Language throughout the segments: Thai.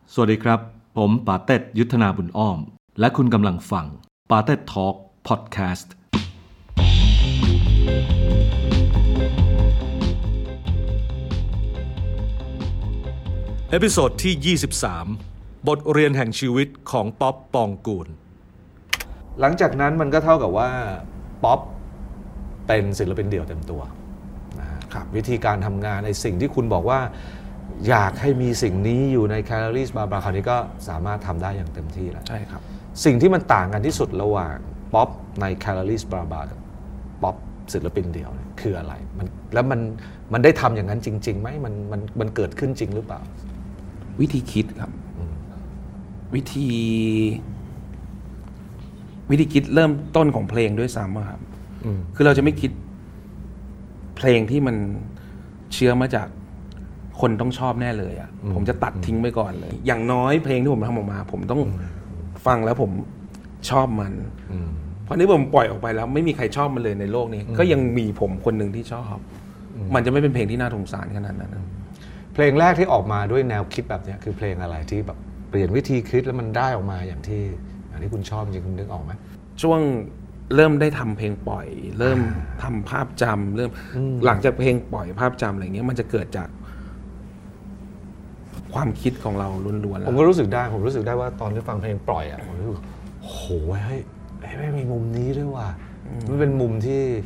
สวัสดีครับผมปาเต็ดยุทธนาบุญอ้อมและคุณกำลังฟังปาเต็ดทอล์กพอดแคสต์เอพิโซดที่23บทเรียนแห่งชีวิตของป๊อปปองกูลหลังจากนั้นมันก็เท่ากับว่าป๊อปเป็นศิลปินเดี่ยวเต็มตัวนะครับวิธีการทำงานในสิ่งที่คุณบอกว่าอยากให้มีสิ่งนี้อยู่ใน Calories Bar คราวนี้ก็สามารถทำได้อย่างเต็มที่แล้วใช่ครับสิ่งที่มันต่างกันที่สุดระหว่างป๊อปใน Calories Bar กับป๊อปศิลปินเดี่ยวคืออะไรแล้วมันได้ทำอย่างนั้นจริงๆไหมมันเกิดขึ้นจริงหรือเปล่าวิธีคิดครับวิธีคิดเริ่มต้นของเพลงด้วยซ้ำครับคือเราจะไม่คิดเพลงที่มันเชื้อมาจากคนต้องชอบแน่เลยอ่ะผมจะตัดทิ้งไปก่อนเลยอย่างน้อยเพลงที่ผมทำออกมาผมต้องฟังแล้วผมชอบมันเพราะนี่ผมปล่อยออกไปแล้วไม่มีใครชอบมันเลยในโลกนี้ก็ยังมีผมคนหนึ่งที่ชอบมันจะไม่เป็นเพลงที่น่าสงสารขนาดนั้นเพลงแรกที่ออกมาด้วยแนวคิดแบบนี้คือเพลงอะไรที่แบบเปลี่ยนวิธีคิดแล้วมันได้ออกมาอย่างที่คุณชอบจริงคุณนึกออกไหมช่วงเริ่มได้ทำเพลงปล่อยเริ่มทำภาพจำเริ่มหลังจากเพลงปล่อยภาพจำอะไรเงี้ยมันจะเกิดจากความคิดของเราล้วนๆแล้วผมก็รู้สึกได้ว่าตอนที่ฟังเพลงปล่อยอ่ะผมรู้สึกโหเฮ้ยไม่มีมุมนี้ด้วยว่ะมันเป็นมุม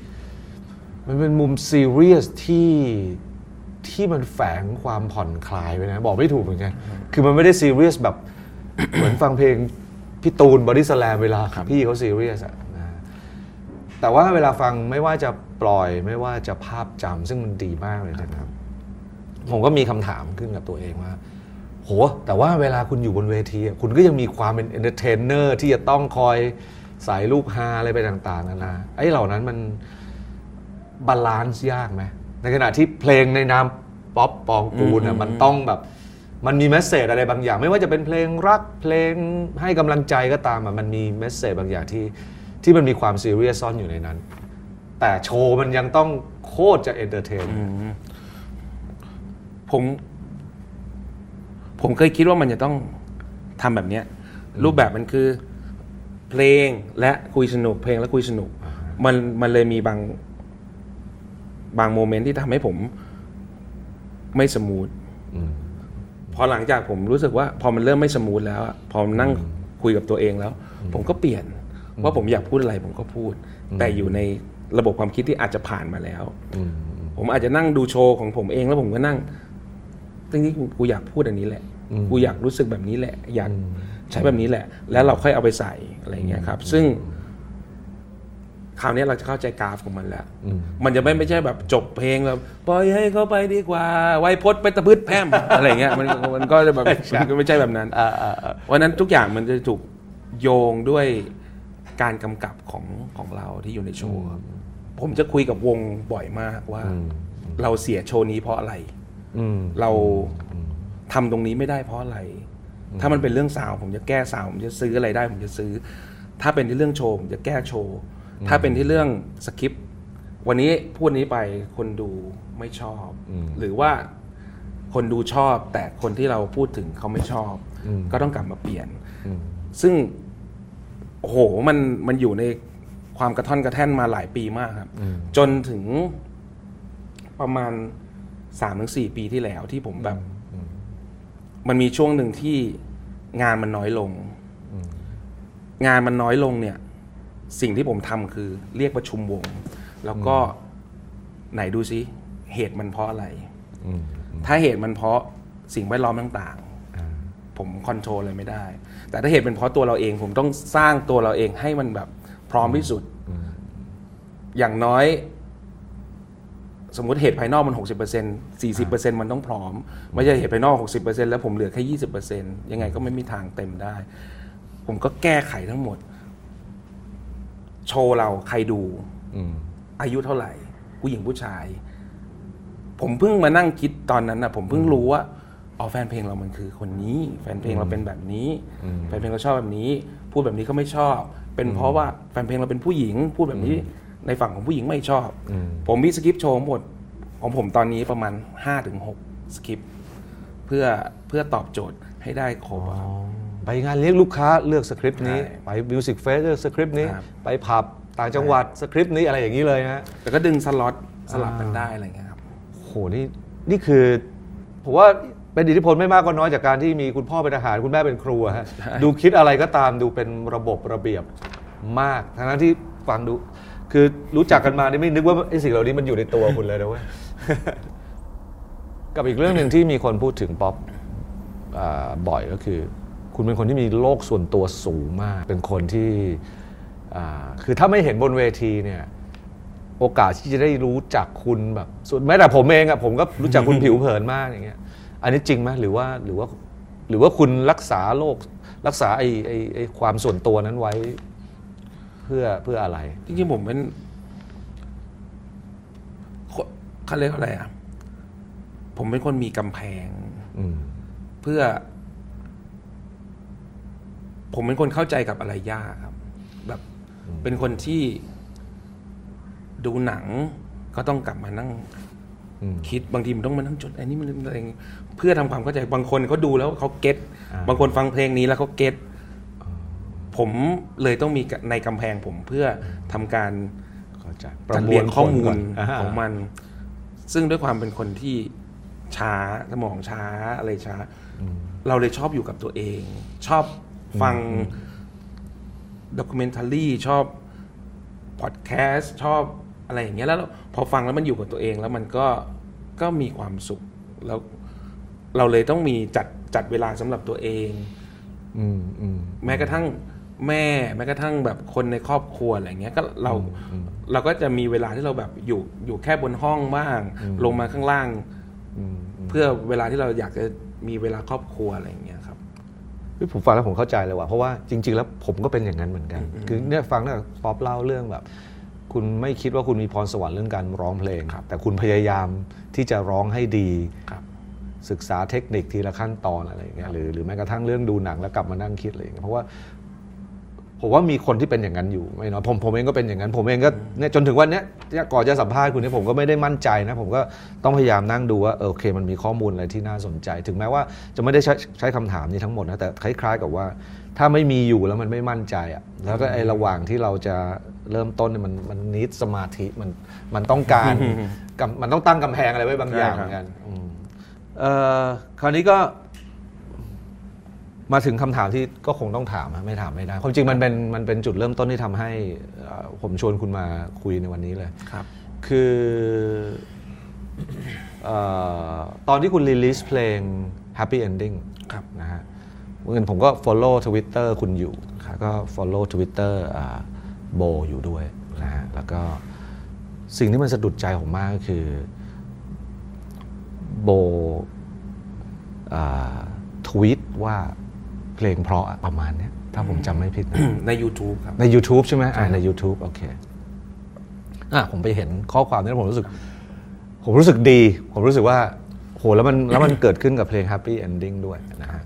ซีเรียสที่มันแฝงความผ่อนคลายไปนะบอกไม่ถูกเหมือนกันคือมันไม่ได้ซีเรียสแบบเหมือนฟังเพลงพี่ตูนบอดี้สแลมเวลาพี่เขาซีเรียสอะนะแต่ว่าเวลาฟังไม่ว่าจะปล่อยไม่ว่าจะภาพจำซึ่งมันดีมากเลยนะครับผมก็มีคำถามขึ้นกับตัวเองว่าโหแต่ว่าเวลาคุณอยู่บนเวทีคุณก็ยังมีความเป็นเอนเตอร์เทนเนอร์ที่จะต้องคอยใส่ลูกฮาอะไรไปต่างๆนานาไอ้เหล่านั้นมันบาลานซ์ยากไหมในขณะที่เพลงในนามป๊อปปองกูลมันต้องแบบมันมีเมสเสจอะไรบางอย่างไม่ว่าจะเป็นเพลงรักเพลงให้กำลังใจก็ตามมันมีเมสเสจบางอย่างที่มันมีความซีเรียสซ่อนอยู่ในนั้นแต่โชว์มันยังต้องโคตรจะเอนเตอร์เทนผมเคยคิดว่ามันจะต้องทำแบบนี้รูปแบบมันคือเพลงและคุยสนุกเพลงและคุยสนุกมันเลยมีบางโมเมนต์ที่ทำให้ผมไม่สมูทพอหลังจากผมรู้สึกว่าพอมันเริ่มไม่สมูทแล้วพอนั่งคุยกับตัวเองแล้วผมก็เปลี่ยนว่าผมอยากพูดอะไรผมก็พูดแต่อยู่ในระบบความคิดที่อาจจะผ่านมาแล้วผมอาจจะนั่งดูโชว์ของผมเองแล้วผมก็นั่งจริงๆกูอยากพูดอันนี้แหละกูอยากรู้สึกแบบนี้แหละอยากใช้แบบนี้แหละแล้วเราค่อยเอาไปใส่อะไรเงี้ยครับซึ่งคราวนี้เราจะเข้าใจกราฟของมันแล้วมันจะไม่ใช่แบบจบเพลงแล้วปล่อยให้เขาไปดีกว่าไวยพจน์ไปตะพืชแพร่มอะไรเงี้ยมันก็จะแบบมันก็ไม่ใช่แบบนั้นวันนั้นทุกอย่างมันจะถูกโยงด้วยการกำกับของเราที่อยู่ในโชว์ผมจะคุยกับวงบ่อยมากว่าเราเสียโชว์นี้เพราะอะไรเราทำตรงนี้ไม่ได้เพราะอะไรถ้ามันเป็นเรื่องซาวผมจะแก้ซาวผมจะซื้ออะไรได้ผมจะซื้อถ้าเป็นที่เรื่องโชว์ผมจะแก้โชว์ถ้าเป็นที่เรื่องสคริปต์วันนี้พูดนี้ไปคนดูไม่ชอบหรือว่าคนดูชอบแต่คนที่เราพูดถึงเขาไม่ชอบก็ต้องกลับมาเปลี่ยนซึ่งโอ้โหมันอยู่ในความกระท่อนกระแท่นมาหลายปีมากครับจนถึงประมาณ 3-4 ปีที่แล้วที่ผมแบบมันมีช่วงหนึ่งที่งานมันน้อยลงเนี่ยสิ่งที่ผมทำคือเรียกประชุมวงแล้วก็ไหนดูซิเหตุมันเพราะอะไรถ้าเหตุมันเพราะสิ่งแวดล้อมต่างๆผมคอนโทรลอะไรไม่ได้แต่ถ้าเหตุเป็นเพราะตัวเราเองผมต้องสร้างตัวเราเองให้มันแบบพร้อมที่สุดอย่างน้อยสมมุติเหตุภายนอกมัน 60% 40% มันต้องพร้อมไม่ใช่เหตุภายนอก 60% แล้วผมเหลือแค่ 20% ยังไงก็ไม่มีทางเต็มได้ผมก็แก้ไขทั้งหมดโชว์เราใครดูอายุเท่าไหร่ผู้หญิงผู้ชายผมเพิ่งมานั่งคิดตอนนั้นนะผมเพิ่งรู้ว่าอ๋อแฟนเพลงเรามันคือคนนี้แฟนเพลงเราเป็นแบบนี้แฟนเพลงเราชอบแบบนี้พูดแบบนี้ก็ไม่ชอบเป็นเพราะว่าแฟนเพลงเราเป็นผู้หญิงพูดแบบนี้ในฝั่งของผู้หญิงไม่ชอบผมมีสคริปต์โชว์หมดของผมตอนนี้ประมาณ 5-6 สคริปต์เพื่อตอบโจทย์ให้ได้ครบครับไปงานเลี้ยงลูกค้าเลือกสคริปต์นี้ใช่ไปมิวสิกเฟสเลือกสคริปต์นี้ครับไปผับต่างจังหวัดสคริปต์นี้อะไรอย่างนี้เลยนะแต่ก็ดึงสล็อตสลับกันได้อะไรเงี้ยครับโหนี่คือผมว่าเป็นอิทธิพลไม่มากก็น้อยจากการที่มีคุณพ่อเป็นทหารคุณแม่เป็นครูอะฮะดูคิดอะไรก็ตามดูเป็นระบบระเบียบมากทั้งนั้นที่ฟังดูคือรู้จักกันมานี่ไม่นึกว่าไอ้สิ่งเหล่านี้มันอยู่ในตัวคุณเลยนะเว้ย กับอีกเรื่องหนึ่งที่มีคนพูดถึงป๊อปบ่อยก็คือ คุณเป็นคนที่มีโลกส่วนตัวสูงมาก เป็นคนที่คือถ้าไม่เห็นบนเวทีเนี่ยโอกาสที่จะได้รู้จักคุณแบบส่วนแม้แต่ผมเองอะผมก็รู้จักคุณผิวเผินมากอย่างเงี้ยอันนี้จริงไหมหรือว่าคุณรักษาโลกรักษาไอ้ความส่วนตัวนั้นไว้เพื่ออะไรจริงๆผมเป็นเขาเรียกอะไรอ่ะผมเป็นคนมีกำแพงเพื่อผมเป็นคนเข้าใจกับอะไรยากครับแบบเป็นคนที่ดูหนังก็ต้องกลับมานั่งคิดบางทีมันต้องมานั่งจดอันนี้มันอะไรเพื่อทำความเข้าใจบางคนเขาดูแล้วเขาเก็ตบางคนฟังเพลงนี้แล้วเขาเก็ตผมเลยต้องมีในกำแพงผมเพื่อทำการจัดเรียงข้อมูลของมันซึ่งด้วยความเป็นคนที่ช้าสมองช้าอะไรช้าเราเลยชอบอยู่กับตัวเองชอบฟังด็อกิเมนทารีชอบพอดแคสต์ชอบอะไรอย่างเงี้ยแล้วพอฟังแล้วมันอยู่กับตัวเองแล้วมันก็มีความสุขแล้วเราเลยต้องมีจัดเวลาสำหรับตัวเองแม้กระทั่งแม้กระทั่งแบบคนในครอบครัวอะไรเงี้ยก็เราก็จะมีเวลาที่เราแบบอยู่แค่บนห้องบ้างลงมาข้างล่างเพื่อเวลาที่เราอยากจะมีเวลาครอบครัวอะไรอย่างเงี้ยครับผมฟังแล้วผมเข้าใจเลยว่ะเพราะว่าจริงๆแล้วผมก็เป็นอย่างนั้นเหมือนกันคือเนี่ยฟังเนี่ยป๊อปเล่าเรื่องแบบคุณไม่คิดว่าคุณมีพรสวรรค์เรื่องการร้องเพลงแต่คุณพยายามที่จะร้องให้ดีศึกษาเทคนิคทีละขั้นตอนอะไรอย่างเงี้ยหรือแม้กระทั่งเรื่องดูหนังแล้วกลับมานั่งคิดอะไรอย่างเงี้ยเพราะว่าผมว่ามีคนที่เป็นอย่างนั้นอยู่ไม่น้อยผมเองก็เป็นอย่างนั้นผมเองก็เนี่ยจนถึงวันนี้ก่อนจะสัมภาษณ์คุณเนี่ยผมก็ไม่ได้มั่นใจนะผมก็ต้องพยายามนั่งดูว่าโอเคมันมีข้อมูลอะไรที่น่าสนใจถึงแม้ว่าจะไม่ได้ใช้คำถามนี้ทั้งหมดนะแต่คล้ายๆกับว่าถ้าไม่มีอยู่แล้วมันไม่มั่นใจอ่ะแล้วก็ไอ้ระหว่างที่เราจะเริ่มต้นเนี่ยมันนิดสมาธิมันต้องการมันต้องตั้งกำแพงอะไรไว้บางอย่างเหมือนกันคราวนี้ก็มาถึงคำถามที่ก็คงต้องถามไม่ถามไม่ได้ความจริงมันเป็นจุดเริ่มต้นที่ทำให้ผมชวนคุณมาคุยในวันนี้เลยครับคือตอนที่คุณรีลิสเพลง Happy Ending นะฮะเมื่อกี้ผมก็ follow Twitter คุณอยู่ก็ follow Twitter โบอยู่ด้วยนะฮะแล้วก็สิ่งที่มันสะดุดใจผมมากก็คือโบทวีตว่าเพลงเพราะประมาณนี้ถ้าผมจำไม่ผิดนะใน YouTube ครับใน YouTube ใช่ไหมใน YouTube โอเคผมไปเห็นข้อความนี้แล้วผมรู้สึกดีผมรู้สึกว่าโหแล้วมันเกิดขึ้นกับเพลง Happy Ending ด้วยนะฮะ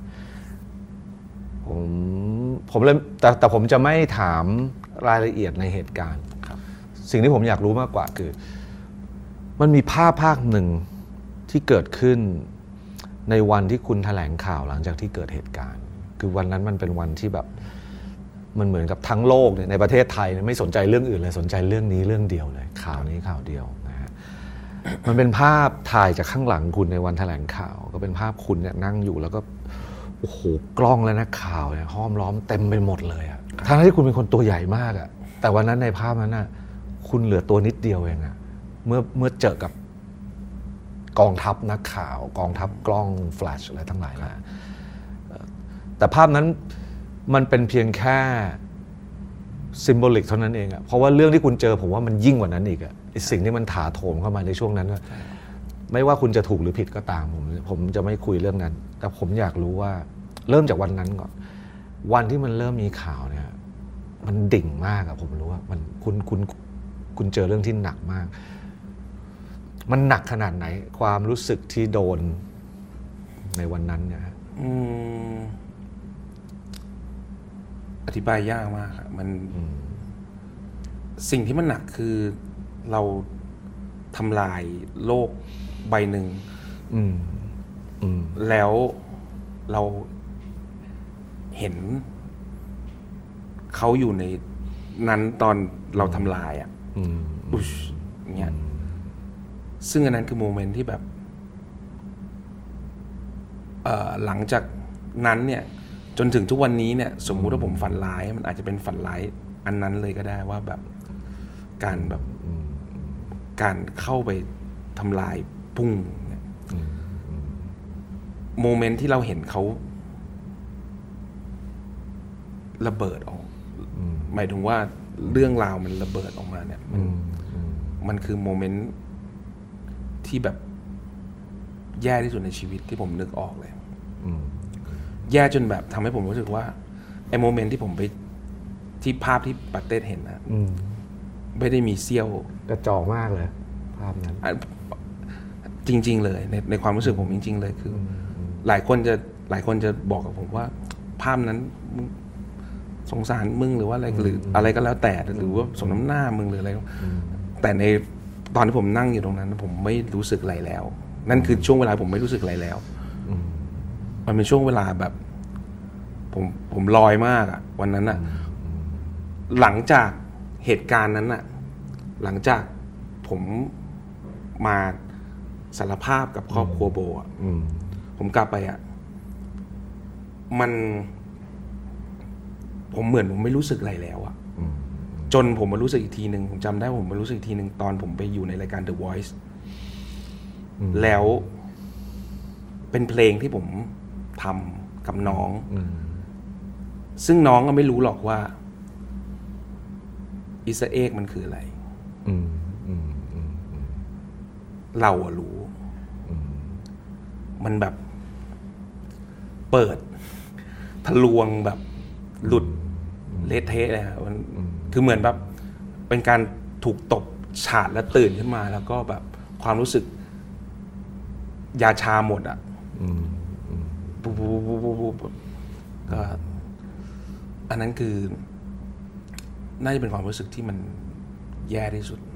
ผมเลยแต่ผมจะไม่ถามรายละเอียดในเหตุการณ์สิ่งที่ผมอยากรู้มากกว่าคือมันมีภาคหนึ่งที่เกิดขึ้นในวันที่คุณแถลงข่าวหลังจากที่เกิดเหตุการณ์คือวันนั้นมันเป็นวันที่แบบมันเหมือนกับทั้งโลกเนี่ยในประเทศไทยไม่สนใจเรื่องอื่นเลยสนใจเรื่องนี้เรื่องเดียวเลยข่าวนี้ข่าวเดียวนะฮะ มันเป็นภาพถ่ายจากข้างหลังคุณในวันแถลงข่าวก็เป็นภาพคุณเนี่ยนั่งอยู่แล้วก็โอ้โหกล้องและนักข่าวเนี่ยห้อมล้อมเต็มไปหมดเลยอะทั้งที่คุณเป็นคนตัวใหญ่มากอะแต่วันนั้นในภาพนั้นน่ะคุณเหลือตัวนิดเดียวเองอะเมื่อเจอกับกองทัพนักข่าวกองทัพกล้องแฟลชอะไรทั้งหลายนะแต่ภาพนั้นมันเป็นเพียงแค่ซิมโบลิกเท่านั้นเองอะเพราะว่าเรื่องที่คุณเจอผมว่ามันยิ่งกว่านั้นอีกอะสิ่งที่มันถาโถมเข้ามาในช่วงนั้นไม่ว่าคุณจะถูกหรือผิดก็ตามผมจะไม่คุยเรื่องนั้นแต่ผมอยากรู้ว่าเริ่มจากวันนั้นก่อนวันที่มันเริ่มมีข่าวเนี่ยมันดิ่งมากอะผมรู้ว่ามันคุณเจอเรื่องที่หนักมากมันหนักขนาดไหนความรู้สึกที่โดนในวันนั้นเนี่ยอธิบายยากมากมันสิ่งที่มันหนักคือเราทำลายโลกใบหนึ่งแล้วเราเห็นเขาอยู่ในนั้นตอนเราทำลายอ่ะอุ๊ยอย่างเงี้ยซึ่งอันนั้นคือโมเมนต์ที่แบบหลังจากนั้นเนี่ยจนถึงทุกวันนี้เนี่ยสมมุติว่าผมฝันร้ายมันอาจจะเป็นฝันร้ายอันนั้นเลยก็ได้ว่าแบบการเข้าไปทำลายพุ่งเนี่ยโมเมนต์ที่เราเห็นเขาระเบิดออกหมายถึงว่าเรื่องราวมันระเบิดออกมาเนี่ยมันคือโมเมนต์ที่แบบแย่ที่สุดในชีวิตที่ผมนึกออกเลยแย่จนแบบทำให้ผมรู้สึกว่าไอ้โมเมนต์ที่ผมไปที่ภาพที่ปาเต้เห็นนะไม่ได้มีเสี้ยวกระจอกมากเลยภาพนั้นจริงๆเลยในความรู้สึกผมจริงๆเลยคือหลายคนจะบอกกับผมว่าภาพนั้นสงสารมึงหรือว่าอะไรหรืออะไรก็แล้วแต่หรือว่าสมน้ำหน้ามึงหรืออะไรแต่ในตอนที่ผมนั่งอยู่ตรงนั้นผมไม่รู้สึกอะไรแล้วนั่นคือช่วงเวลาผมไม่รู้สึกอะไรแล้วมันเป็นช่วงเวลาแบบผมลอยมากอ่ะวันนั้นอ่ะหลังจากเหตุการณ์นั้นอ่ะหลังจากผมมาสารภาพกับครอบครัวโบอ่ะผมกลับไปอ่ะผมเหมือนผมไม่รู้สึกอะไรแล้วอ่ะจนผมมารู้สึกอีกทีหนึ่งผมจำได้ผมมารู้สึกอีกทีหนึ่งตอนผมไปอยู่ในรายการ The Voice แล้วเป็นเพลงที่ผมทำกับน้องซึ่งน้องก็ไม่รู้หรอกว่าอีสเตอร์เอ็กมันคืออะไรเราอะรู้มันแบบเปิดทะลวงแบบหลุดเละเทะเลยครับมันคือเหมือนแบบเป็นการถูกตบฉาดแล้วตื่นขึ้นมาแล้วก็แบบความรู้สึกยาชาหมดอ่ะปุ๊บก็อันนั้นคือน่าจะเป็นความรู้สึกที่มันแย่ที่สุด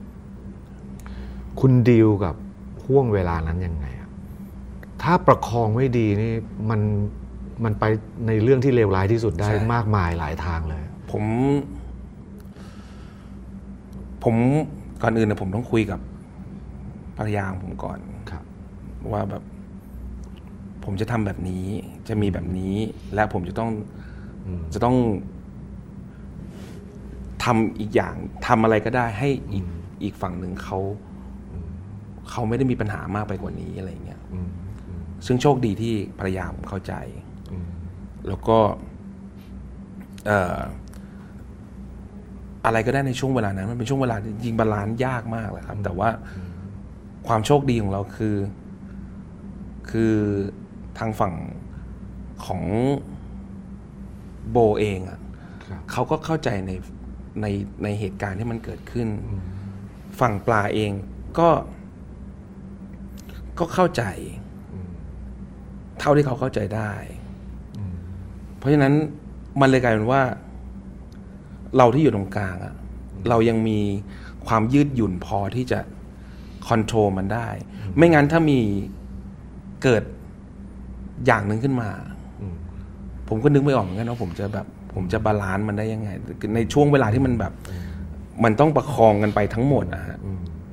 คุณดีลกับห่วงเวลานั้นยังไงอะถ้าประคองไม่ดีนี่มันไปในเรื่องที่เลวร้ายที่สุดได้มากมายหลายทางเลยผมก่อนอื่นนะผมต้องคุยกับภรรยาของผมก่อนว่าแบบผมจะทำแบบนี้จะมีแบบนี้และผมจะต้องทำอีกอย่างทำอะไรก็ได้ให้อีกฝั่งหนึ่งเขาไม่ได้มีปัญหามากไปกว่านี้อะไรเงี้ยซึ่งโชคดีที่ภรรยาผมเข้าใจแล้วก็อะไรก็ได้ในช่วงเวลานั้นมันเป็นช่วงเวลาจริงบาลานซ์ยากมากเลยครับแต่ว่าความโชคดีของเราคือทางฝั่งของโบเองอ่ะเขาก็เข้าใจในเหตุการณ์ที่มันเกิดขึ้นฝั่งปลาเองก็เข้าใจเท่าที่เขาเข้าใจได้เพราะฉะนั้นมันเลยกลายเป็นว่าเราที่อยู่ตรงกลางอะเรายังมีความยืดหยุ่นพอที่จะคอนโทรลมันได้ไม่งั้นถ้ามีเกิดอย่างหนึ่งขึ้นมาผมก็นึกไม่ออกเหมือนกันว่าผมจะบาลานซ์มันได้ยังไงในช่วงเวลาที่มันแบบมันต้องประคองกันไปทั้งหมดอะฮะ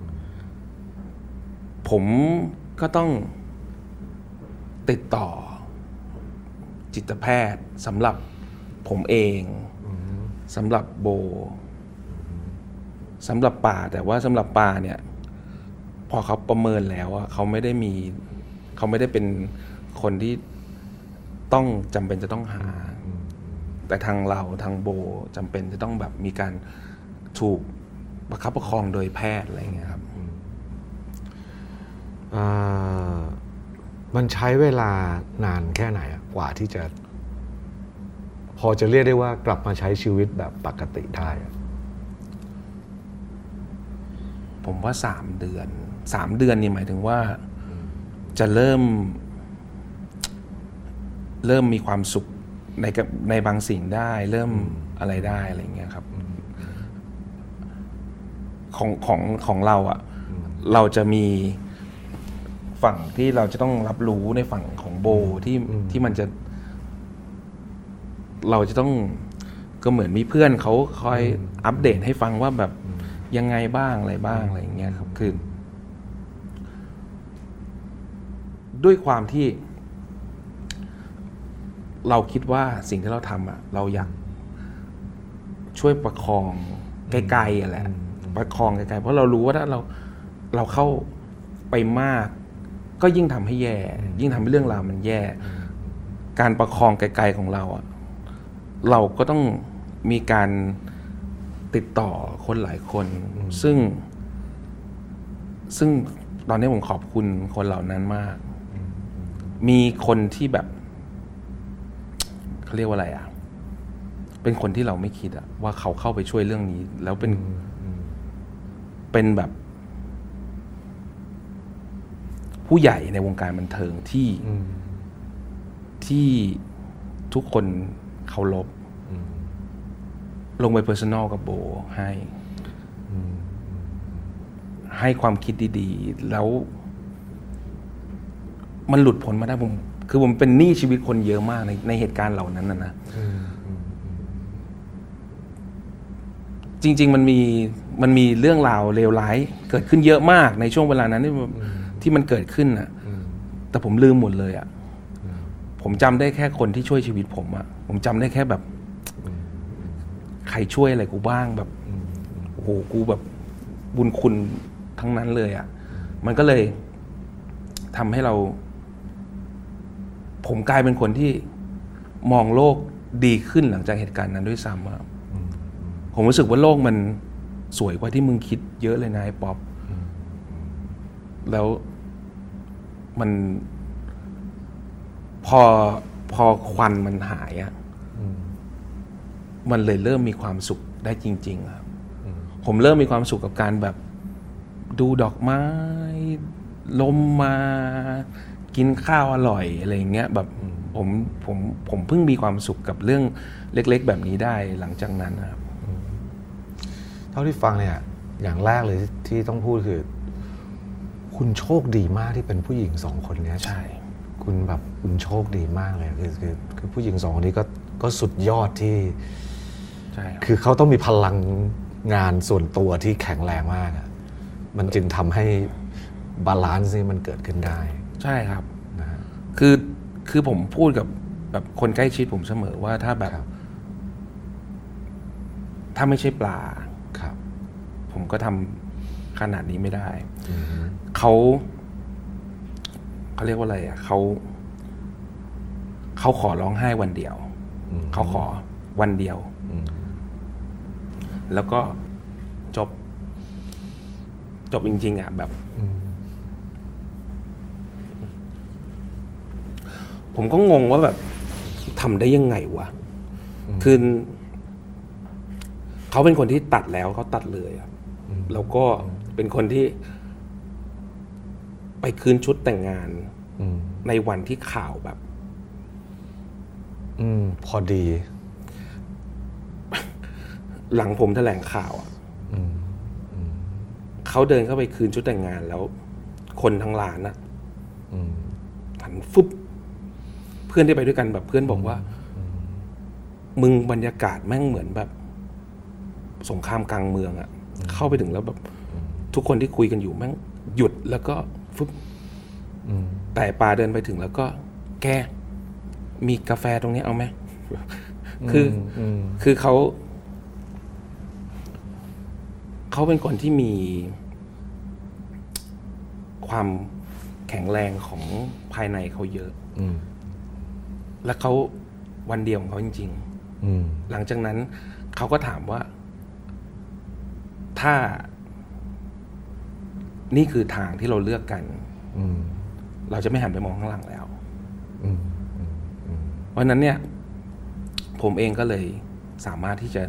ผมก็ต้องติดต่อจิตแพทย์สำหรับผมเองสำหรับโบสำหรับป่าแต่ว่าสำหรับป่าเนี่ยพอเขาประเมินแล้วอะเขาไม่ได้เป็นคนที่ต้องจำเป็นจะต้องหาแต่ทางโบจำเป็นจะต้องแบบมีการถูกประคับประคองโดยแพทย์อะไรอย่างเงี้ยครับมันใช้เวลานานแค่ไหนกว่าที่จะพอจะเรียกได้ว่ากลับมาใช้ชีวิตแบบปกติได้ผมว่า3 เดือนนี่หมายถึงว่าจะเริ่มมีความสุขในบางสิ่งได้เริ่มอะไรได้อะไรเงี้ยครับของเราอ่ะเราจะมีฝั่งที่เราจะต้องรับรู้ในฝั่งของโบที่มันจะเราจะต้องก็เหมือนมีเพื่อนเขาคอยอัปเดตให้ฟังว่าแบบยังไงบ้างอะไรบ้างอะไรอย่างเงี้ยครับคือด้วยความที่เราคิดว่าสิ่งที่เราทำอ่ะเราอยากช่วยประคองไกลๆอ่ะแหละประคองไกลๆเพราะเรารู้ว่าถ้าเราเข้าไปมากก็ยิ่งทำให้แย่ยิ่งทำให้เรื่องราวมันแย่การประคองไกลๆของเราอ่ะเราก็ต้องมีการติดต่อคนหลายคนซึ่งตอนนี้ผมขอบคุณคนเหล่านั้นมากมีคนที่แบบเขาเรียกว่าอะไรอ่ะเป็นคนที่เราไม่คิดอะว่าเขาเข้าไปช่วยเรื่องนี้แล้วเป็นแบบผู้ใหญ่ในวงการบันเทิงที่ทุกคนเคารพลงไป personal กับโบให้ความคิดดีๆแล้วมันหลุดพ้นมาได้ผมเป็นหนี้ชีวิตคนเยอะมากในเหตุการณ์เหล่านั้นนะจริงๆมันมีเรื่องราวเลวร้ายเกิดขึ้นเยอะมากในช่วงเวลานั้นที่มันเกิดขึ้นน่ะแต่ผมลืมหมดเลยอ่ะผมจำได้แค่คนที่ช่วยชีวิตผมอ่ะผมจำได้แค่แบบใครช่วยอะไรกูบ้างแบบโอ้โหกูแบบบุญคุณทั้งนั้นเลยอ่ะมันก็เลยทำให้ผมกลายเป็นคนที่มองโลกดีขึ้นหลังจากเหตุการณ์นั้นด้วยซ้ำครับผมรู้สึกว่าโลกมันสวยกว่าที่มึงคิดเยอะเลยนะไอ้ป๊อปแล้วมันพอควันมันหายอ่ะมันเลยเริ่มมีความสุขได้จริงๆครับผมเริ่มมีความสุขกับการแบบดูดอกไม้ลมมากินข้าวอร่อยอะไรอย่างเงี้ยแบบผมเพิ่งมีความสุขกับเรื่องเล็กๆแบบนี้ได้หลังจากนั้นนะครับเท่าที่ฟังเนี่ยอย่างแรกเลยที่ต้องพูดคือคุณโชคดีมากที่เป็นผู้หญิงสองคนนี้ใช่คุณโชคดีมากเลยคือผู้หญิงสองคนนี้ก็สุดยอดที่ใช่คือเขาต้องมีพลังงานส่วนตัวที่แข็งแรงมากอ่ะมันจึงทำให้บาลานซ์นี่มันเกิดขึ้นได้ใช่ครับนะคือผมพูดกับแบบคนใกล้ชิดผมเสมอว่าถ้าแบบถ้าไม่ใช่ปลาผมก็ทำขนาดนี้ไม่ได้เขาเรียกว่าอะไรอ่ะเขาขอร้องไห้วันเดียวเขาขอวันเดียวแล้วก็จบจริงๆอ่ะแบบผมก็งงว่าแบบทำได้ยังไงวะคือเขาเป็นคนที่ตัดแล้วเขาตัดเลยครับแล้วก็เป็นคนที่ไปคืนชุดแต่งงานในวันที่ข่าวแบบพอดีหลังผมแถลงข่าวเขาเดินเข้าไปคืนชุดแต่งงานแล้วคนทั้งร้านน่ะหันฟุบเพื่อนที่ไปด้วยกันแบบเพื่อนบอกว่ามึงบรรยากาศแม่งเหมือนแบบสงครามกลางเมืองอ่ะเข้าไปถึงแล้วแบบทุกคนที่คุยกันอยู่แม่งหยุดแล้วก็ฟุบแต่ปาเดินไปถึงแล้วก็แกมีกาแฟตรงนี้เอาไหมคือเขาเป็นคนที่มีความแข็งแรงของภายในเขาเยอะและเขาวันเดียวของเขาจริงๆหลังจากนั้นเขาก็ถามว่าถ้านี่คือทางที่เราเลือกกันเราจะไม่หันไปมองข้างหลังแล้วเพราะนั้นเนี่ยผมเองก็เลยสามารถที่จะ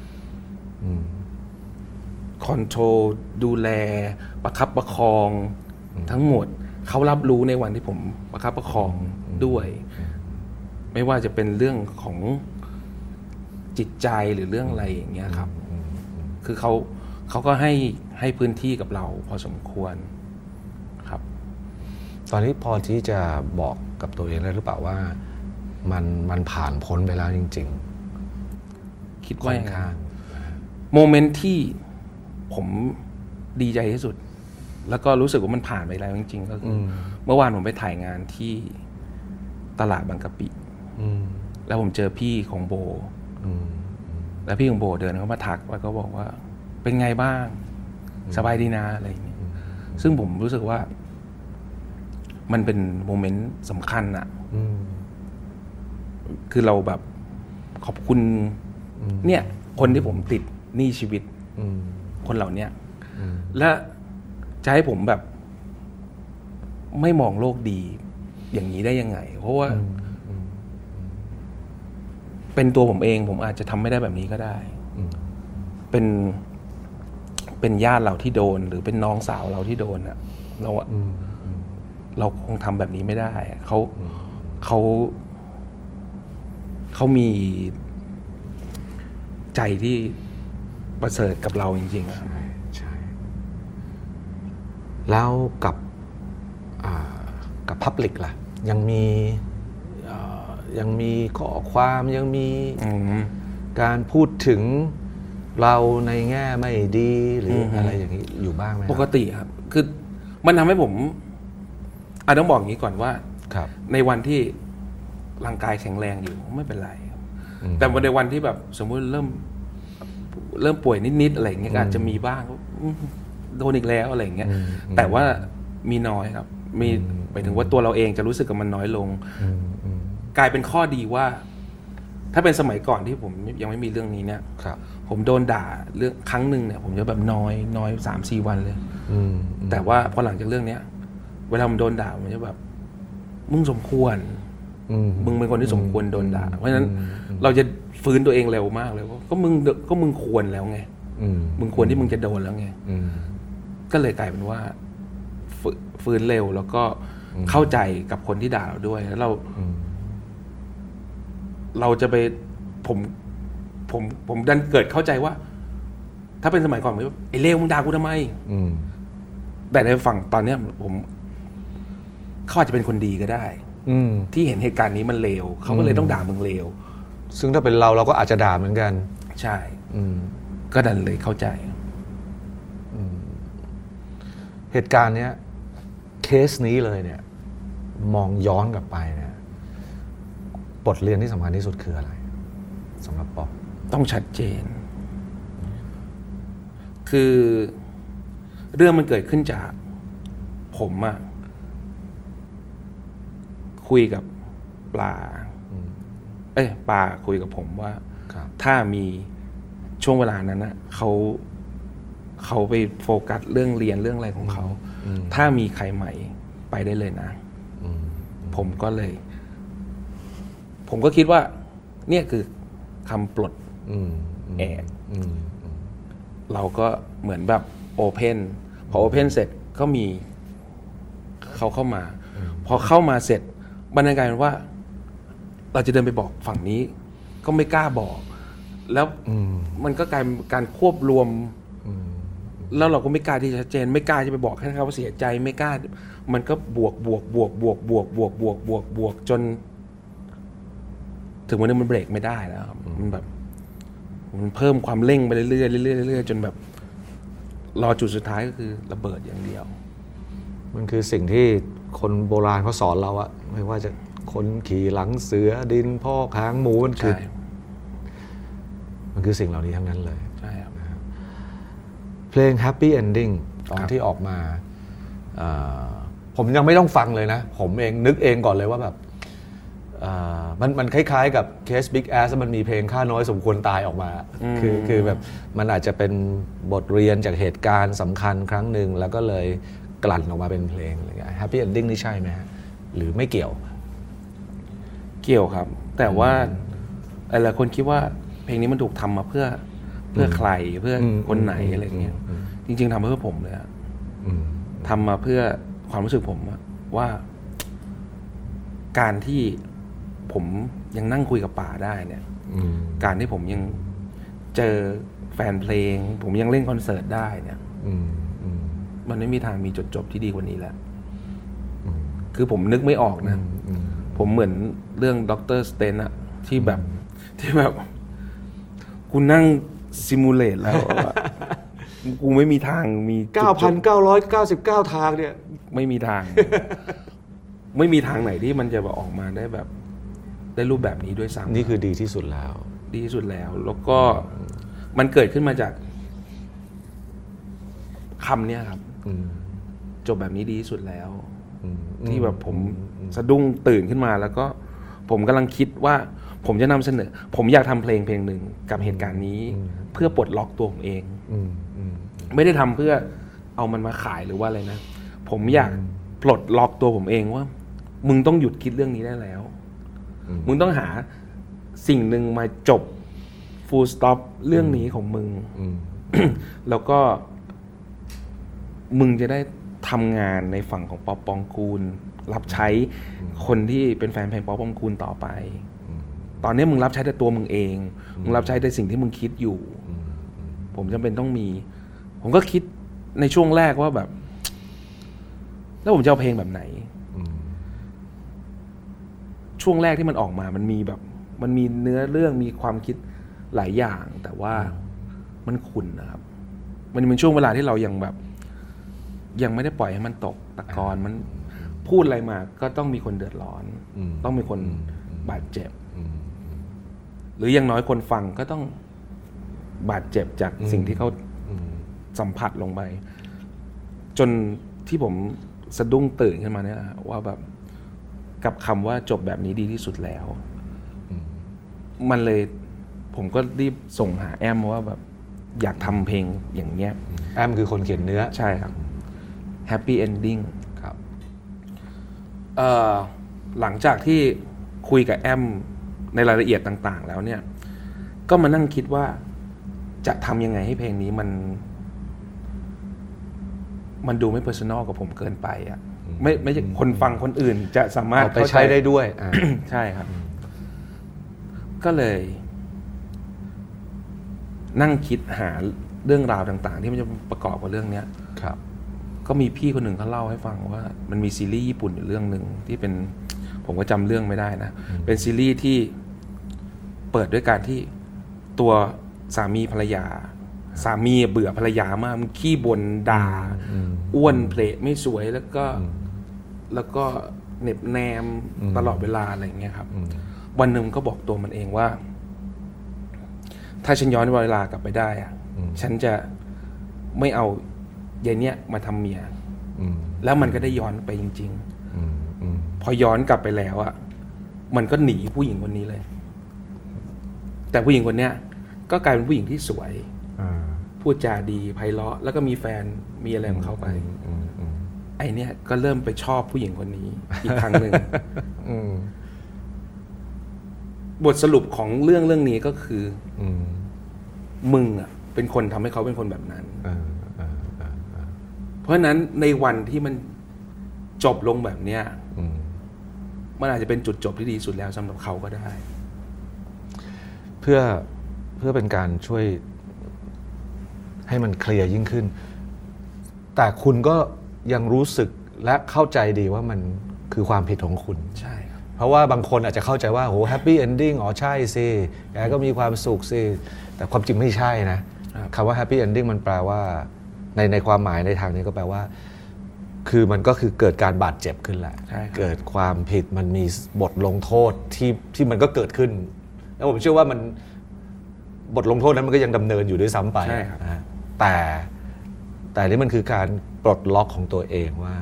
คอนโทรลดูแลประคับประคองทั้งหมดเขารับรู้ในวันที่ผมประคับประคองด้วยไม่ว่าจะเป็นเรื่องของจิตใจหรือเรื่องอะไรอย่างเงี้ยครับคือเขาก็ให้พื้นที่กับเราพอสมควรครับตอนนี้พอที่จะบอกกับตัวเองได้หรือเปล่าว่ามันผ่านพ้นไปแล้วจริงๆคิดว่าอย่างค่อนนั้นข้างโมเมนต์ที่ผมดีใจที่สุด แล้วก็รู้สึกว่ามันผ่านไปแล้วจริงๆก็คือเมื่อวานผมไปถ่ายงานที่ตลาดบางกะปิแล้วผมเจอพี่ของโบแล้วพี่ของโบเดินเข้ามาทักแล้วก็บอกว่าเป็นไงบ้างสบายดีนะอะไรอย่างเงี้ยซึ่งผมรู้สึกว่ามันเป็นโมเมนต์สำคัญอะคือเราแบบขอบคุณเนี่ยคนที่ผมติดหนี้ชีวิตคนเหล่านี้และจะให้ผมแบบไม่มองโลกดีอย่างนี้ได้ยังไงเพราะว่าเป็นตัวผมเองผมอาจจะทำไม่ได้แบบนี้ก็ได้เป็นญาติเราที่โดนหรือเป็นน้องสาวเราที่โดนอ่ะเราคงทำแบบนี้ไม่ได้เขามีใจที่ประเสริฐกับเราจริงๆครับใช่แล้วกับพับลิกล่ะยังมีข้อความยังมีการพูดถึงเราในแง่ไม่ดีหรืออะไรอย่างนี้อยู่บ้างไหมปกติครับคือมันทำให้ผมต้องบอกอย่างนี้ก่อนว่าในวันที่ร่างกายแข็งแรงอยู่ไม่เป็นไรแต่ในวันที่แบบสมมุติเริ่มป่วยนิดๆอะไรอย่างเงี้ยอาจจะมีบ้างโดนอีกแล้วอะไรอย่างเงี้ยแต่ว่ามีน้อยครับมีหมายถึงว่าตัวเราเองจะรู้สึกกับมันน้อยลงกลายเป็นข้อดีว่าถ้าเป็นสมัยก่อนที่ผมยังไม่มีเรื่องนี้เนี่ยผมโดนด่าเรื่องครั้งหนึ่งเนี่ยผมจะแบบน้อย 3-4 วันเลยแต่ว่าพอหลังจากเรื่องเนี้ยเวลาผมโดนด่าผมจะแบบมึงสมควรมึงเป็นคนที่สมควรโดนด่าเพราะฉะนั้นเราจะฟื้นตัวเองเร็วมากเลยว่าก็มึงควรแล้วไงมึงควรที่มึงจะโดนแล้วไงก็เลยกลายเป็นว่าฟื้นเร็วแล้วก็เข้าใจกับคนที่ด่าเราด้วยแล้วเราจะไปผมดันเกิดเข้าใจว่าถ้าเป็นสมัยก่อนไอ้เลวมึงด่ากูทำไมแต่ในฝั่งตอนเนี้ยผมเขาอาจจะเป็นคนดีก็ได้ที่เห็นเหตุการณ์นี้มันเลวเขาก็เลยต้องด่ามึงเลวซึ่งถ้าเป็นเราก็อาจจะด่าเหมือนกันใช่ก็ดันเลยเข้าใจเหตุการณ์เนี้ยเคสนี้เลยเนี่ยมองย้อนกลับไปเนี่ยบทเรียนที่สำคัญที่สุดคืออะไรสำหรับป๊อปต้องชัดเจนคือเรื่องมันเกิดขึ้นจากผมอะคุยกับปลาคุยกับผมว่าถ้ามีช่วงเวลานั้นนะเขาไปโฟกัสเรื่องเรียนเรื่องอะไรของเขาถ้ามีใครใหม่ไปได้เลยนะผมก็คิดว่าเนี่ยคือคำปลดแอกเราก็เหมือนแบบโอเพนพอโอเพนเสร็จก็มีเขาเข้ามาพอเข้ามาเสร็จบรรยากาศเป็นว่าเราจะเดินไปบอกฝั่งนี้ก็ไม่กล้าบอกแล้วมันก็กลายเป็นการควบรวมแล้วเราก็ไม่กล้าที่จะชัดเจนไม่กล้าจะไปบอกให้เขาเสียใจไม่กล้ามันก็บวกจนถึงวันนี้มันเบรกไม่ได้แล้วมันแบบมันเพิ่มความเร่งไปเรื่อยๆจนแบบรอจุดสุดท้ายก็คือระเบิดอย่างเดียวมันคือสิ่งที่คนโบราณเขาสอนเราอะไม่ว่าจะคนขี่หลังเสือดินพ่อค้างหมูมันคือสิ่งเหล่านี้ทั้งนั้นเลยใช่ครับเพลง Happy Ending ตอนที่ออกมาผมยังไม่ต้องฟังเลยนะผมเองนึกเองก่อนเลยว่าแบบมันคล้ายๆกับเคส Big Ass มันมีเพลงข้าน้อยสมควรตายออกมาคือแบบมันอาจจะเป็นบทเรียนจากเหตุการณ์สำคัญครั้งหนึ่งแล้วก็เลยกลั่นออกมาเป็นเพลงอะไรอย่างเงี้ย Happy Ending นี่ใช่ไหมฮะหรือไม่เกี่ยวครับแต่ว่าหลายคนคิดว่าเพลงนี้มันถูกทำมาเพื่อใครเพื่อคนไหนอะไรเงี้ยจริงๆทำมาเพื่อผมเลยทำมาเพื่อความรู้สึกผมว่าการที่ผมยังนั่งคุยกับป่าได้เนี่ยการที่ผมยังเจอแฟนเพลงผมยังเล่นคอนเสิร์ตได้เนี่ยมันไม่มีทางมีจุดจบที่ดีกว่านี้แล้วคือผมนึกไม่ออกนะผมเหมือนเรื่องด็อกเตอร์สเตนอะที่แบบกูนั่งซิมูเลตแล้ว กูไม่มีทางมี 9,999 ทางเนี่ยไม่มีทาง ไม่มีทางไหนที่มันจะแบบออกมาได้แบบได้รูปแบบนี้ด้วยซ้ำนี่คือดีที่สุดแล้วดีที่สุดแล้วแล้วก็มันเกิดขึ้นมาจากคำเนี่ยครับจบแบบนี้ดีที่สุดแล้วที่แบบผมสะดุ้งตื่นขึ้นมาแล้วก็ผมกำลังคิดว่าผมจะนำเสนอผมอยากทำเพลงหนึ่งกับเหตุการณ์นี้เพื่อปลดล็อกตัวผมเองไม่ได้ทำเพื่อเอามันมาขายหรือว่าอะไรนะผมอยากปลดล็อกตัวผมเองว่ามึงต้องหยุดคิดเรื่องนี้ได้แล้วมึงต้องหาสิ่งหนึ่งมาจบ full stop เรื่องนี้ของมึงแล้วก็มึงจะได้ทำงานในฝั่งของป๊อปปองกูลรับใช้คนที่เป็นแฟนเพลงป๊อปปองกูลต่อไปตอนนี้มึงรับใช้แต่ตัวมึงเองมึงรับใช้แต่สิ่งที่มึงคิดอยู่ผมจำเป็นต้องมีผมก็คิดในช่วงแรกว่าแบบแล้วผมจะเอาเพลงแบบไหนช่วงแรกที่มันออกมามันมีแบบมันมีเนื้อเรื่องมีความคิดหลายอย่างแต่ว่ามันขุ่นนะครับมันเป็นช่วงเวลาที่เรายังแบบยังไม่ได้ปล่อยให้มันตกตะกอนมันพูดอะไรมาก็ต้องมีคนเดือดร้อนต้องมีคนบาดเจ็บหรืออย่างน้อยคนฟังก็ต้องบาดเจ็บจากสิ่งที่เขาสัมผัสลงไปจนที่ผมสะดุ้งตื่นขึ้นมาเนี่ยว่าแบบกับคำว่าจบแบบนี้ดีที่สุดแล้วมันเลยผมก็รีบส่งหาแอมว่าแบบอยากทำเพลงอย่างเงี้ยแอมคือคนเขียนเนื้อใช่ครับ Happy Ending ครับหลังจากที่คุยกับแอมในรายละเอียดต่างๆแล้วเนี่ยก็มานั่งคิดว่าจะทำยังไงให้เพลงนี้มันดูไม่เพอร์ซันนอลกับผมเกินไปอ่ะไม่ใช่คนฟังคนอื่นจะสามารถไปใช้ได้ด้วยใช่ครับก็เลยนั่งคิดหาเรื่องราวต่างๆที่มันจะประกอบกับเรื่องนี้ครับก็มีพี่คนหนึ่งเขาเล่าให้ฟังว่ามันมีซีรีส์ญี่ปุ่นอยู่เรื่องหนึ่งที่เป็นผมก็จำเรื่องไม่ได้นะเป็นซีรีส์ที่เปิดด้วยการที่ตัวสามีภรรยาสามีเบื่อภรรยามากมันขี้บ่นด่าอ้วนเพลทไม่สวยแล้วก็เหน็บแนมตลอดเวลาอะไรอย่างเงี้ยครับวันหนึ่งก็บอกตัวมันเองว่าถ้าฉันย้อนเวลากลับไปได้อะฉันจะไม่เอายายเนี้ยมาทำเมียแล้วมันก็ได้ย้อนไปจริงๆพอย้อนกลับไปแล้วอะมันก็หนีผู้หญิงคนนี้เลยแต่ผู้หญิงคนเนี้ยก็กลายเป็นผู้หญิงที่สวยพูดจาดีไพเราะแล้วก็มีแฟนมีอะไรของเขาไปไอเนี้ยก็เริ่มไปชอบผู้หญิงคนนี้อีกครั้งหนึ่งบทสรุปของเรื่องนี้ก็คือมึงอ่ะเป็นคนทำให้เขาเป็นคนแบบนั้นเพราะฉะนั้นในวันที่มันจบลงแบบเนี้ยมันอาจจะเป็นจุดจบที่ดีสุดแล้วสำหรับเขาก็ได้เพื่อเป็นการช่วยให้มันเคลียร์ยิ่งขึ้นแต่คุณก็ยังรู้สึกและเข้าใจดีว่ามันคือความผิดของคุณใช่ครับเพราะว่าบางคนอาจจะเข้าใจว่าโหแฮปปี้เอนดิ้งอ๋อใช่สิแกก็มีความสุขสิแต่ความจริงไม่ใช่นะคำว่าแฮปปี้เอนดิ้งมันแปลว่าในความหมายในทางนี้ก็แปลว่าคือมันก็คือเกิดการบาดเจ็บขึ้นแหละเกิดความผิดมันมีบทลงโทษที่มันก็เกิดขึ้นแล้วผมเชื่อว่ามันบทลงโทษนั้นมันก็ยังดำเนินอยู่ด้วยซ้ำไปแต่นี่มันคือการปลดล็อกของตัวเองว่า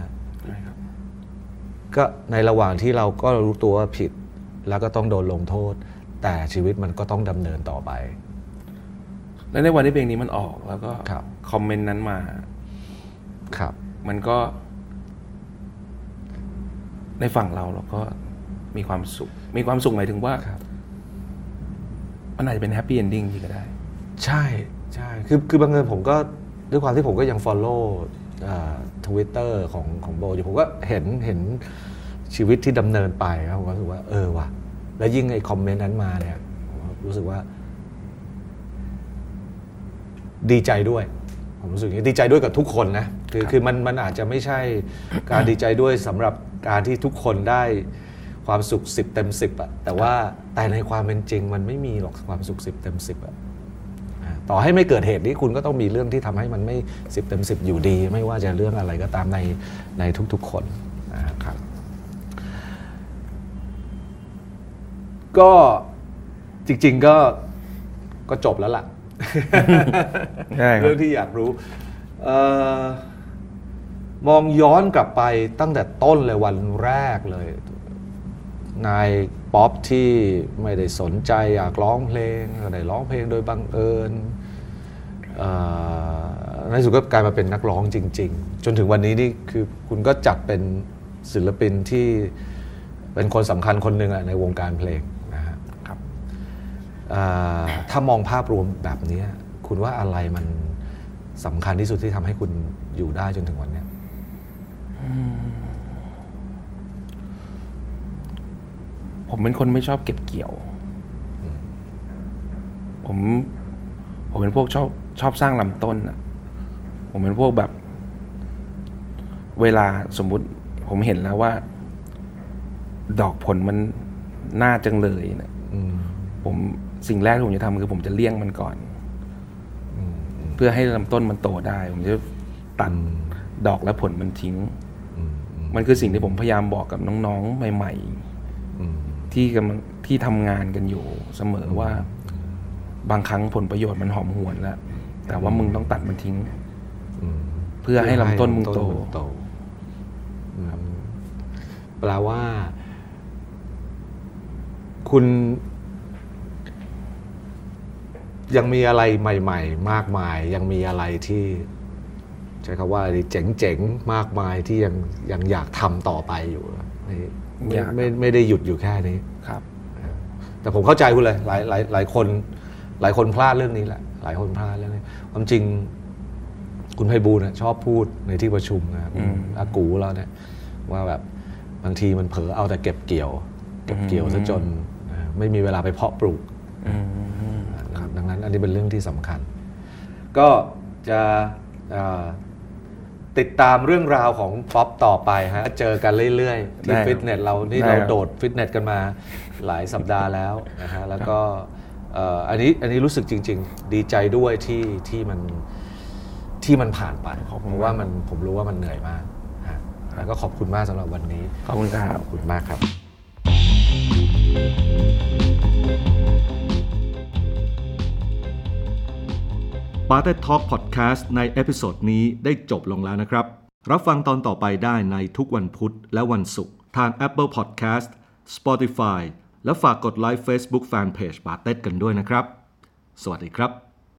ก็ในระหว่างที่เราก็รู้ตัวว่าผิดแล้วก็ต้องโดนลงโทษแต่ชีวิตมันก็ต้องดำเนินต่อไปและในวันที่เพลงนี้มันออกแล้วก็คอมเมนต์นั้นมาครับมันก็ในฝั่งเราก็มีความสุขหมายถึงว่ามันอาจจะเป็นแฮปปี้เอนดิ้งที่ก็ได้ใช่คือบางเงินผมก็ด้วยความที่ผมก็ยัง follow Twitter ของโบอยู่ผมก็เห็นชีวิตที่ดำเนินไปครับผมก็รู้สึกว่าว่ะแล้วยิ่งไอ้คอมเมนต์นั้นมาเนี่ยรู้สึกว่าดีใจด้วยผมรู้สึกดีใจด้วยกับทุกคนนะคือมันอาจจะไม่ใช่การดีใจด้วยสำหรับการที่ทุกคนได้ความสุข10 เต็ม 10อะแต่ในความเป็นจริงมันไม่มีหรอกความสุข10 เต็ม 10อะต่อให้ไม่เกิดเหตุนี้คุณก็ต้องมีเรื่องที่ทำให้มันไม่10 เต็ม 10อยู่ดีไม่ว่าจะเรื่องอะไรก็ตามในทุกๆคนนะครับก็จริงๆก็จบแล้วล่ะใช่ครับเรื่องที่อยากรู้มองย้อนกลับไปตั้งแต่ต้นเลยวันแรกเลยนายป๊อปที่ไม่ได้สนใจอยากร้องเพลงก็ได้ร้องเพลงโดยบังเอิญในสุดก็กลายมาเป็นนักร้องจริงๆจนถึงวันนี้นี่คือคุณก็จัดเป็นศิลปินที่เป็นคนสำคัญคนหนึ่งในวงการเพลงนะครับถ้ามองภาพรวมแบบนี้คุณว่าอะไรมันสำคัญที่สุดที่ทำให้คุณอยู่ได้จนถึงวันนี้ผมเป็นคนไม่ชอบเก็บเกี่ยวผมเป็นพวกชอบสร้างลำต้นอ่ะผมเป็นพวกแบบเวลาสมมุติผมเห็นแล้วว่าดอกผลมันน่าจังเลยนะผมสิ่งแรกที่ผมจะทำคือผมจะเลี้ยงมันก่อนเพื่อให้ลำต้นมันโตได้ผมจะตัดดอกและผลมันทิ้งมันคือสิ่งที่ผมพยายามบอกกับน้องๆใหม่ๆที่ทำงานกันอยู่เสมอว่าบางครั้งผลประโยชน์มันหอมหวนแล้วแต่ว่ามึงต้องตัดมันทิ้งเพื่อให้ลำต้นมึงโตแปลว่าคุณยังมีอะไรใหม่ๆมากมายยังมีอะไรที่ใช้คำว่าเจ๋งๆมากมายที่ยังอยากทำต่อไปอยู่ไม่ได้หยุดอยู่แค่นี้ครับแต่ผมเข้าใจคุณเลยหลายคนพลาดเรื่องนี้แหละหลายคนพลาดเรื่องนี้ความจริงคุณไพบูลย์ชอบพูดในที่ประชุมนะอากูเราเนี่ยว่าแบบบางทีมันเผลอเอาแต่เก็บเกี่ยวซะจนไม่มีเวลาไปเพาะปลูกดังนั้นอันนี้เป็นเรื่องที่สำคัญก็จะติดตามเรื่องราวของป๊อปต่อไปฮะเจอกันเรื่อยๆที่ฟิตเนสเรานี่เราโดดฟิตเนสกันมาหลายสัปดาห์แล้วนะฮะแล้วก็อันนี้รู้สึกจริงๆดีใจด้วยที่มันผ่านไปเพราะว่าผมรู้ว่ามันเหนื่อยมากแล้วก็ขอบคุณมากสำหรับวันนี้ขอบคุณครับขอบคุณมากครับ Bartet Talk Podcast ในเอพิโซดนี้ได้จบลงแล้วนะครับรับฟังตอนต่อไปได้ในทุกวันพุธและวันศุกร์ทาง Apple Podcast Spotify และฝากกดไลค์ Facebook Fanpage Bartet กันด้วยนะครับสวัสดีครับ